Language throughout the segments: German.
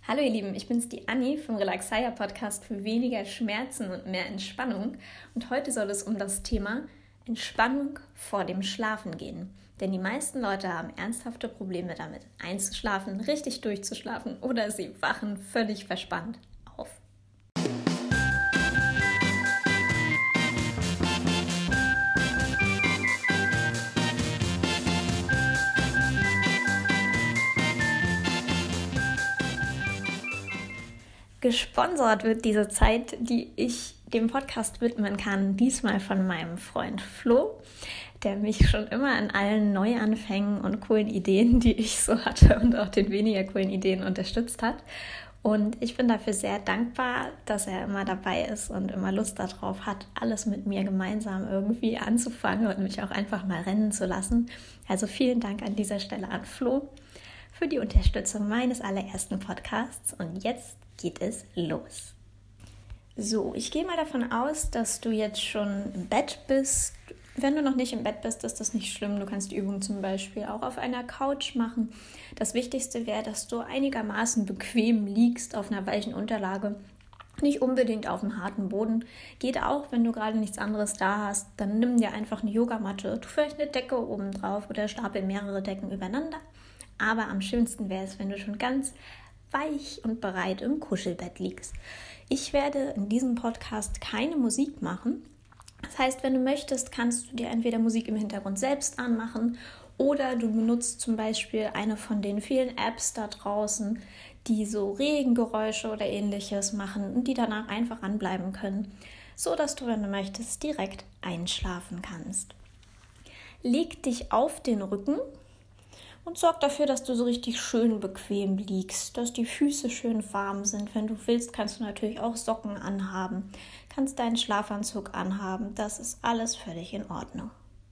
Hallo ihr Lieben, ich bin's die Anni vom Relaxaya Podcast für weniger Schmerzen und mehr Entspannung und heute soll es um das Thema Entspannung vor dem Schlafen gehen. Denn die meisten Leute haben ernsthafte Probleme damit, einzuschlafen, richtig durchzuschlafen oder sie wachen völlig verspannt auf. Gesponsert wird diese Zeit, die ich dem Podcast widmen kann, diesmal von meinem Freund Flo, der mich schon immer an allen Neuanfängen und coolen Ideen, die ich so hatte und auch den weniger coolen Ideen unterstützt hat. Und ich bin dafür sehr dankbar, dass er immer dabei ist und immer Lust darauf hat, alles mit mir gemeinsam irgendwie anzufangen und mich auch einfach mal rennen zu lassen. Also vielen Dank an dieser Stelle an Flo für die Unterstützung meines allerersten Podcasts. Und jetzt geht es los. So, ich gehe mal davon aus, dass du jetzt schon im Bett bist. Wenn du noch nicht im Bett bist, ist das nicht schlimm. Du kannst die Übung zum Beispiel auch auf einer Couch machen. Das Wichtigste wäre, dass du einigermaßen bequem liegst auf einer weichen Unterlage. Nicht unbedingt auf dem harten Boden. Geht auch, wenn du gerade nichts anderes da hast. Dann nimm dir einfach eine Yogamatte. Tu vielleicht eine Decke oben drauf oder stapel mehrere Decken übereinander. Aber am schönsten wäre es, wenn du schon ganz weich und bereit im Kuschelbett liegst. Ich werde in diesem Podcast keine Musik machen. Das heißt, wenn du möchtest, kannst du dir entweder Musik im Hintergrund selbst anmachen oder du benutzt zum Beispiel eine von den vielen Apps da draußen, die so Regengeräusche oder ähnliches machen und die danach einfach anbleiben können, so dass du, wenn du möchtest, direkt einschlafen kannst. Leg dich auf den Rücken und sorg dafür, dass du so richtig schön bequem liegst, dass die Füße schön warm sind. Wenn du willst, kannst du natürlich auch Socken anhaben, kannst deinen Schlafanzug anhaben. Das ist alles völlig in Ordnung.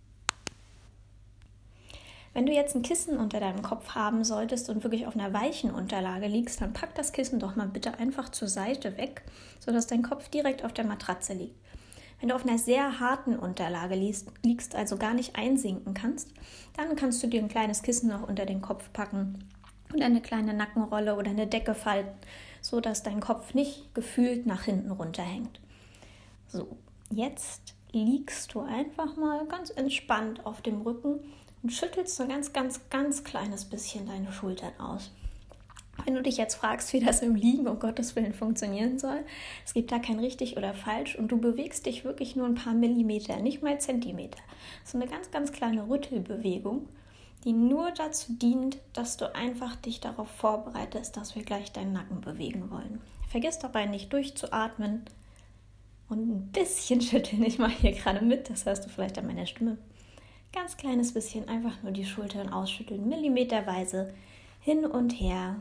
Wenn du jetzt ein Kissen unter deinem Kopf haben solltest und wirklich auf einer weichen Unterlage liegst, dann pack das Kissen doch mal bitte einfach zur Seite weg, sodass dein Kopf direkt auf der Matratze liegt. Wenn du auf einer sehr harten Unterlage liegst, also gar nicht einsinken kannst, dann kannst du dir ein kleines Kissen noch unter den Kopf packen und eine kleine Nackenrolle oder eine Decke falten, sodass dein Kopf nicht gefühlt nach hinten runterhängt. So, jetzt liegst du einfach mal ganz entspannt auf dem Rücken und schüttelst so ein ganz kleines bisschen deine Schultern aus. Wenn du dich jetzt fragst, wie das im Liegen um Gottes Willen funktionieren soll, es gibt da kein richtig oder falsch und du bewegst dich wirklich nur ein paar Millimeter, nicht mal Zentimeter. So eine ganz kleine Rüttelbewegung, die nur dazu dient, dass du einfach dich darauf vorbereitest, dass wir gleich deinen Nacken bewegen wollen. Vergiss dabei nicht durchzuatmen und ein bisschen schütteln. Ich mache hier gerade mit, das hörst du vielleicht an meiner Stimme. Ganz kleines bisschen einfach nur die Schultern ausschütteln, millimeterweise hin und her.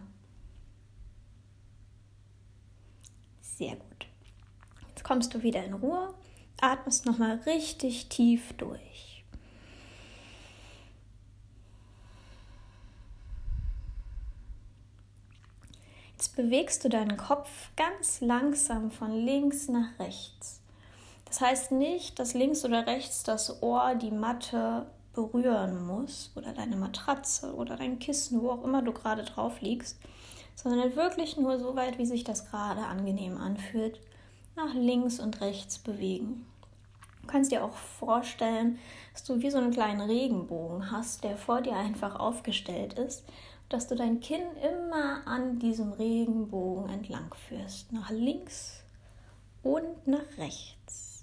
Sehr gut. Jetzt kommst du wieder in Ruhe, atmest nochmal richtig tief durch. Jetzt bewegst du deinen Kopf ganz langsam von links nach rechts. Das heißt nicht, dass links oder rechts das Ohr die Matte berühren muss oder deine Matratze oder dein Kissen, wo auch immer du gerade drauf liegst, sondern wirklich nur so weit, wie sich das gerade angenehm anfühlt, nach links und rechts bewegen. Du kannst dir auch vorstellen, dass du wie so einen kleinen Regenbogen hast, der vor dir einfach aufgestellt ist, dass du dein Kinn immer an diesem Regenbogen entlang führst, nach links und nach rechts.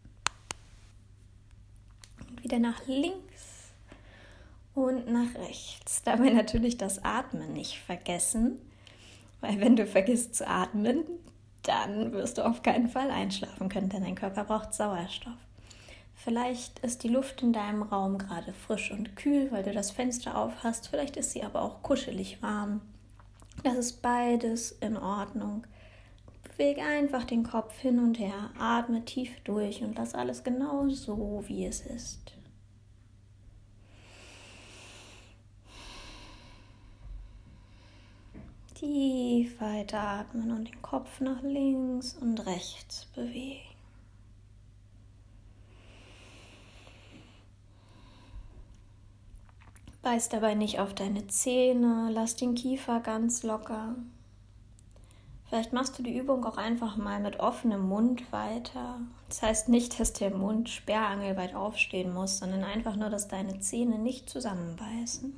Und wieder nach links und nach rechts. Dabei natürlich das Atmen nicht vergessen. Weil wenn du vergisst zu atmen, dann wirst du auf keinen Fall einschlafen können, denn dein Körper braucht Sauerstoff. Vielleicht ist die Luft in deinem Raum gerade frisch und kühl, weil du das Fenster auf hast. Vielleicht ist sie aber auch kuschelig warm. Das ist beides in Ordnung. Bewege einfach den Kopf hin und her, atme tief durch und lass alles genau so, wie es ist. Tief weiteratmen und den Kopf nach links und rechts bewegen. Beiß dabei nicht auf deine Zähne, lass den Kiefer ganz locker. Vielleicht machst du die Übung auch einfach mal mit offenem Mund weiter. Das heißt nicht, dass der Mund sperrangelweit aufstehen muss, sondern einfach nur, dass deine Zähne nicht zusammenbeißen.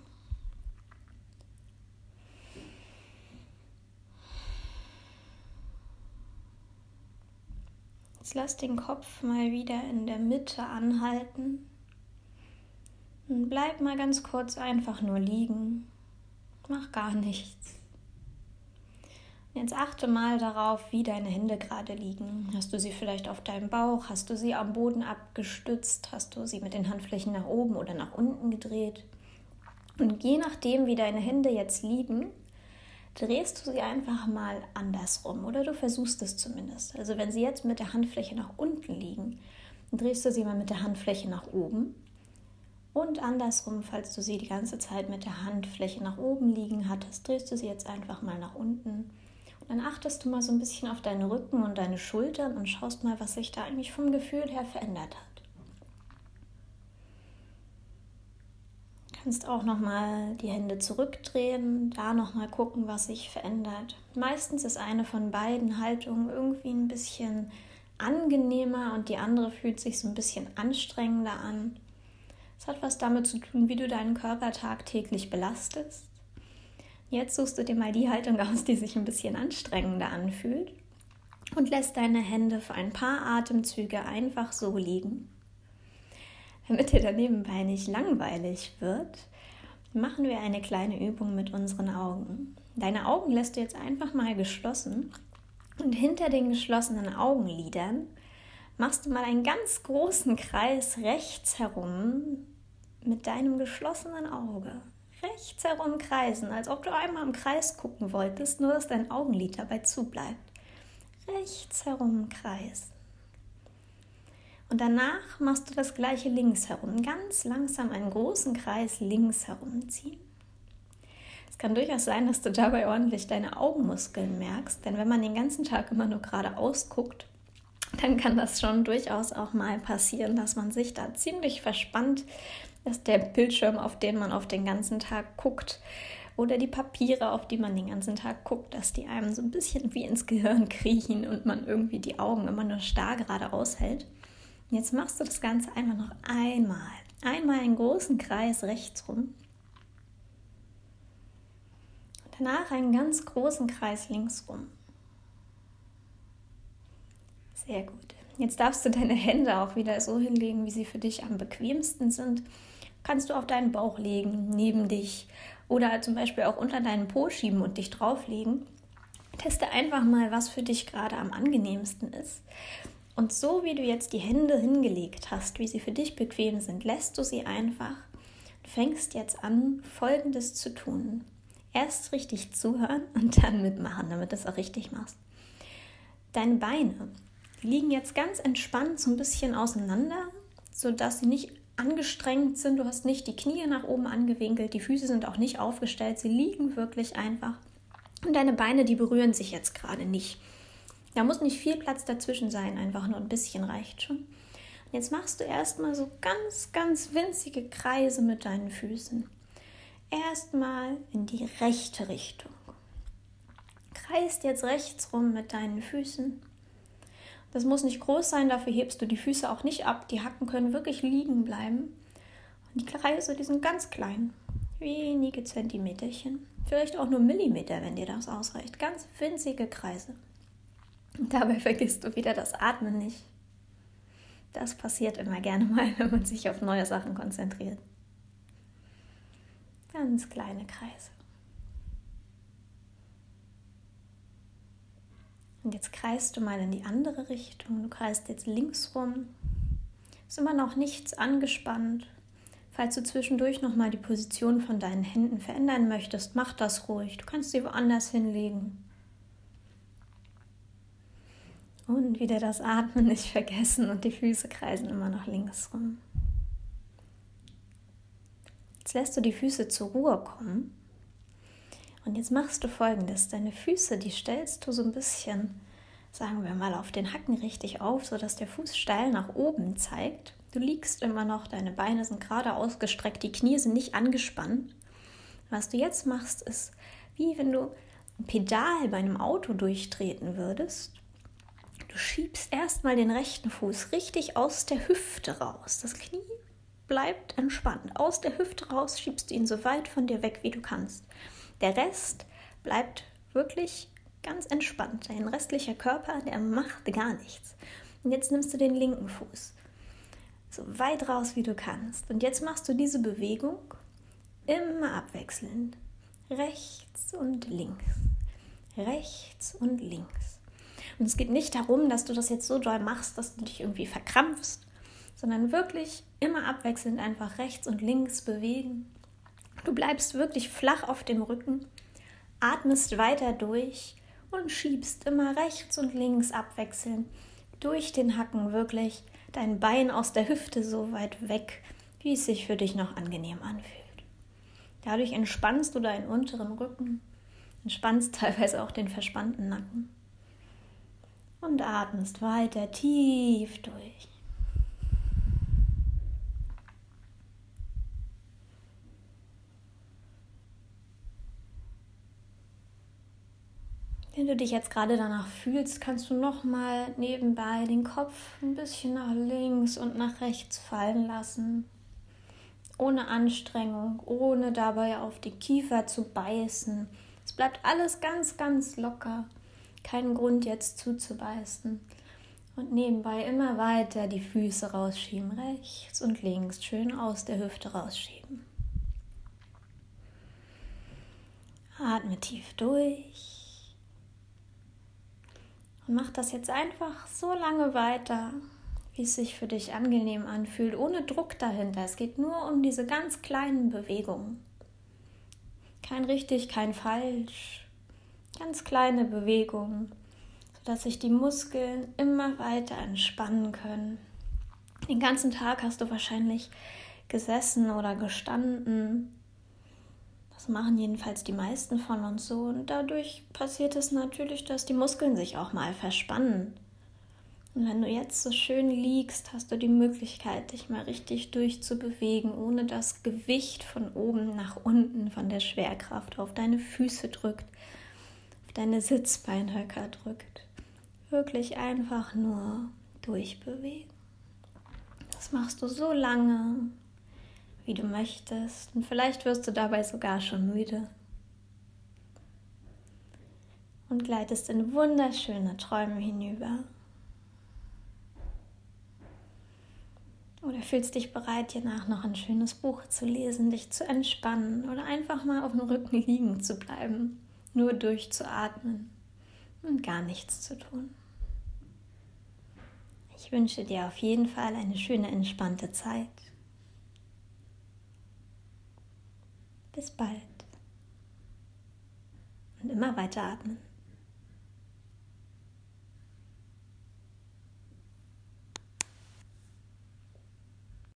Jetzt lass den Kopf mal wieder in der Mitte anhalten. Und bleib mal ganz kurz einfach nur liegen. Mach gar nichts. Jetzt achte mal darauf, wie deine Hände gerade liegen. Hast du sie vielleicht auf deinem Bauch? Hast du sie am Boden abgestützt? Hast du sie mit den Handflächen nach oben oder nach unten gedreht? Und je nachdem, wie deine Hände jetzt liegen, drehst du sie einfach mal andersrum. Oder du versuchst es zumindest. Also wenn sie jetzt mit der Handfläche nach unten liegen, dann drehst du sie mal mit der Handfläche nach oben. Und andersrum, falls du sie die ganze Zeit mit der Handfläche nach oben liegen hattest, drehst du sie jetzt einfach mal nach unten. Dann achtest du mal so ein bisschen auf deinen Rücken und deine Schultern und schaust mal, was sich da eigentlich vom Gefühl her verändert hat. Du kannst auch nochmal die Hände zurückdrehen, da nochmal gucken, was sich verändert. Meistens ist eine von beiden Haltungen irgendwie ein bisschen angenehmer und die andere fühlt sich so ein bisschen anstrengender an. Das hat was damit zu tun, wie du deinen Körper tagtäglich belastest. Jetzt suchst du dir mal die Haltung aus, die sich ein bisschen anstrengender anfühlt und lässt deine Hände für ein paar Atemzüge einfach so liegen. Damit dir dann nebenbei nicht langweilig wird, machen wir eine kleine Übung mit unseren Augen. Deine Augen lässt du jetzt einfach mal geschlossen und hinter den geschlossenen Augenlidern machst du mal einen ganz großen Kreis rechts herum mit deinem geschlossenen Auge. Rechts herum kreisen, als ob du einmal im Kreis gucken wolltest, nur dass dein Augenlid dabei zubleibt. Rechts herum kreisen. Und danach machst du das gleiche links herum. Ganz langsam einen großen Kreis links herumziehen. Es kann durchaus sein, dass du dabei ordentlich deine Augenmuskeln merkst, denn wenn man den ganzen Tag immer nur geradeaus guckt, dann kann das schon durchaus auch mal passieren, dass man sich da ziemlich verspannt, dass der Bildschirm, auf den man auf den ganzen Tag guckt, oder die Papiere, auf die man den ganzen Tag guckt, dass die einem so ein bisschen wie ins Gehirn kriechen und man irgendwie die Augen immer nur starr geradeaus hält. Und jetzt machst du das Ganze einfach noch einmal. Einmal einen großen Kreis rechts rum. Und danach einen ganz großen Kreis links rum. Sehr gut. Jetzt darfst du deine Hände auch wieder so hinlegen, wie sie für dich am bequemsten sind. Kannst du auf deinen Bauch legen, neben dich oder zum Beispiel auch unter deinen Po schieben und dich drauflegen. Teste einfach mal, was für dich gerade am angenehmsten ist. Und so wie du jetzt die Hände hingelegt hast, wie sie für dich bequem sind, lässt du sie einfach und fängst jetzt an, Folgendes zu tun. Erst richtig zuhören und dann mitmachen, damit du es auch richtig machst. Deine Beine liegen jetzt ganz entspannt so ein bisschen auseinander, sodass sie nicht angestrengt sind. Du hast nicht die Knie nach oben angewinkelt, die Füße sind auch nicht aufgestellt, sie liegen wirklich einfach. Und deine Beine, die berühren sich jetzt gerade nicht. Da muss nicht viel Platz dazwischen sein, einfach nur ein bisschen reicht schon. Und jetzt machst du erstmal so ganz, ganz winzige Kreise mit deinen Füßen. Erstmal in die rechte Richtung. Kreist jetzt rechts rum mit deinen Füßen. Das muss nicht groß sein, dafür hebst du die Füße auch nicht ab. Die Hacken können wirklich liegen bleiben. Und die Kreise, die sind ganz klein, wenige Zentimeterchen. Vielleicht auch nur Millimeter, wenn dir das ausreicht. Ganz winzige Kreise. Und dabei vergisst du wieder das Atmen nicht. Das passiert immer gerne mal, wenn man sich auf neue Sachen konzentriert. Ganz kleine Kreise. Und jetzt kreist du mal in die andere Richtung. Du kreist jetzt links rum. Ist immer noch nichts angespannt. Falls du zwischendurch nochmal die Position von deinen Händen verändern möchtest, mach das ruhig. Du kannst sie woanders hinlegen. Und wieder das Atmen nicht vergessen und die Füße kreisen immer noch links rum. Jetzt lässt du die Füße zur Ruhe kommen. Und jetzt machst du Folgendes. Deine Füße, die stellst du so ein bisschen, sagen wir mal, auf den Hacken richtig auf, sodass der Fuß steil nach oben zeigt. Du liegst immer noch, deine Beine sind gerade ausgestreckt, die Knie sind nicht angespannt. Was du jetzt machst, ist, wie wenn du ein Pedal bei einem Auto durchtreten würdest, du schiebst erstmal den rechten Fuß richtig aus der Hüfte raus. Das Knie bleibt entspannt. Aus der Hüfte raus schiebst du ihn so weit von dir weg, wie du kannst. Der Rest bleibt wirklich ganz entspannt. Dein restlicher Körper, der macht gar nichts. Und jetzt nimmst du den linken Fuß so weit raus, wie du kannst. Und jetzt machst du diese Bewegung immer abwechselnd. Rechts und links. Rechts und links. Und es geht nicht darum, dass du das jetzt so doll machst, dass du dich irgendwie verkrampfst, sondern wirklich immer abwechselnd einfach rechts und links bewegen. Du bleibst wirklich flach auf dem Rücken, atmest weiter durch und schiebst immer rechts und links abwechselnd durch den Hacken wirklich dein Bein aus der Hüfte so weit weg, wie es sich für dich noch angenehm anfühlt. Dadurch entspannst du deinen unteren Rücken, entspannst teilweise auch den verspannten Nacken und atmest weiter tief durch. Wenn du dich jetzt gerade danach fühlst, kannst du nochmal nebenbei den Kopf ein bisschen nach links und nach rechts fallen lassen. Ohne Anstrengung, ohne dabei auf die Kiefer zu beißen. Es bleibt alles ganz, ganz locker. Kein Grund jetzt zuzubeißen. Und nebenbei immer weiter die Füße rausschieben, rechts und links, schön aus der Hüfte rausschieben. Atme tief durch. Und mach das jetzt einfach so lange weiter, wie es sich für dich angenehm anfühlt, ohne Druck dahinter. Es geht nur um diese ganz kleinen Bewegungen. Kein richtig, kein falsch. Ganz kleine Bewegungen, sodass sich die Muskeln immer weiter entspannen können. Den ganzen Tag hast du wahrscheinlich gesessen oder gestanden. Das machen jedenfalls die meisten von uns so. Und dadurch passiert es natürlich, dass die Muskeln sich auch mal verspannen. Und wenn du jetzt so schön liegst, hast du die Möglichkeit, dich mal richtig durchzubewegen, ohne das Gewicht von oben nach unten von der Schwerkraft auf deine Füße drückt, auf deine Sitzbeinhöcker drückt. Wirklich einfach nur durchbewegen. Das machst du so lange, wie du möchtest. Und vielleicht wirst du dabei sogar schon müde. Und gleitest in wunderschöne Träume hinüber. Oder fühlst dich bereit, dir nach noch ein schönes Buch zu lesen, dich zu entspannen oder einfach mal auf dem Rücken liegen zu bleiben, nur durchzuatmen und gar nichts zu tun. Ich wünsche dir auf jeden Fall eine schöne, entspannte Zeit. Bis bald und immer weiter atmen.